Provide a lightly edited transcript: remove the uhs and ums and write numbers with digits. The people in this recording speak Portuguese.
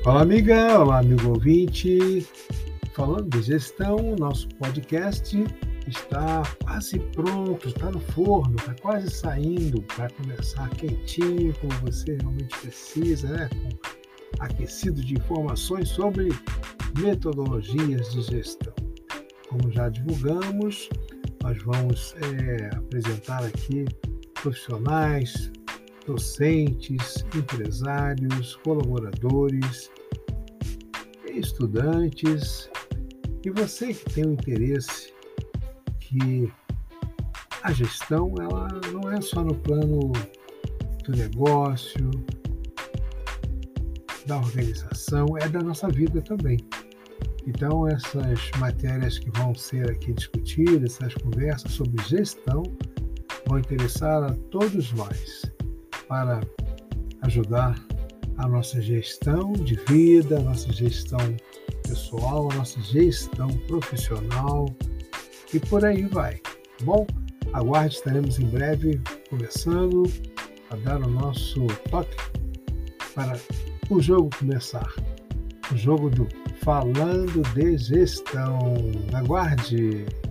Olá, amiga, olá, amigo ouvinte. Falando de gestão, nosso podcast está quase pronto, está no forno, está quase saindo para começar quentinho, como você realmente precisa, né? Aquecido de informações sobre metodologias de gestão. Como já divulgamos, nós vamos apresentar aqui profissionais, docentes, empresários, colaboradores, estudantes e você que tem o interesse que a gestão ela não é só no plano do negócio, da organização, é da nossa vida também. Então essas matérias que vão ser aqui discutidas, essas conversas sobre gestão, vão interessar a todos nós para ajudar a nossa gestão de vida, a nossa gestão pessoal, a nossa gestão profissional e por aí vai. Bom, aguarde, estaremos em breve começando a dar o nosso toque para o jogo começar. O jogo do Falando de Gestão. Aguarde!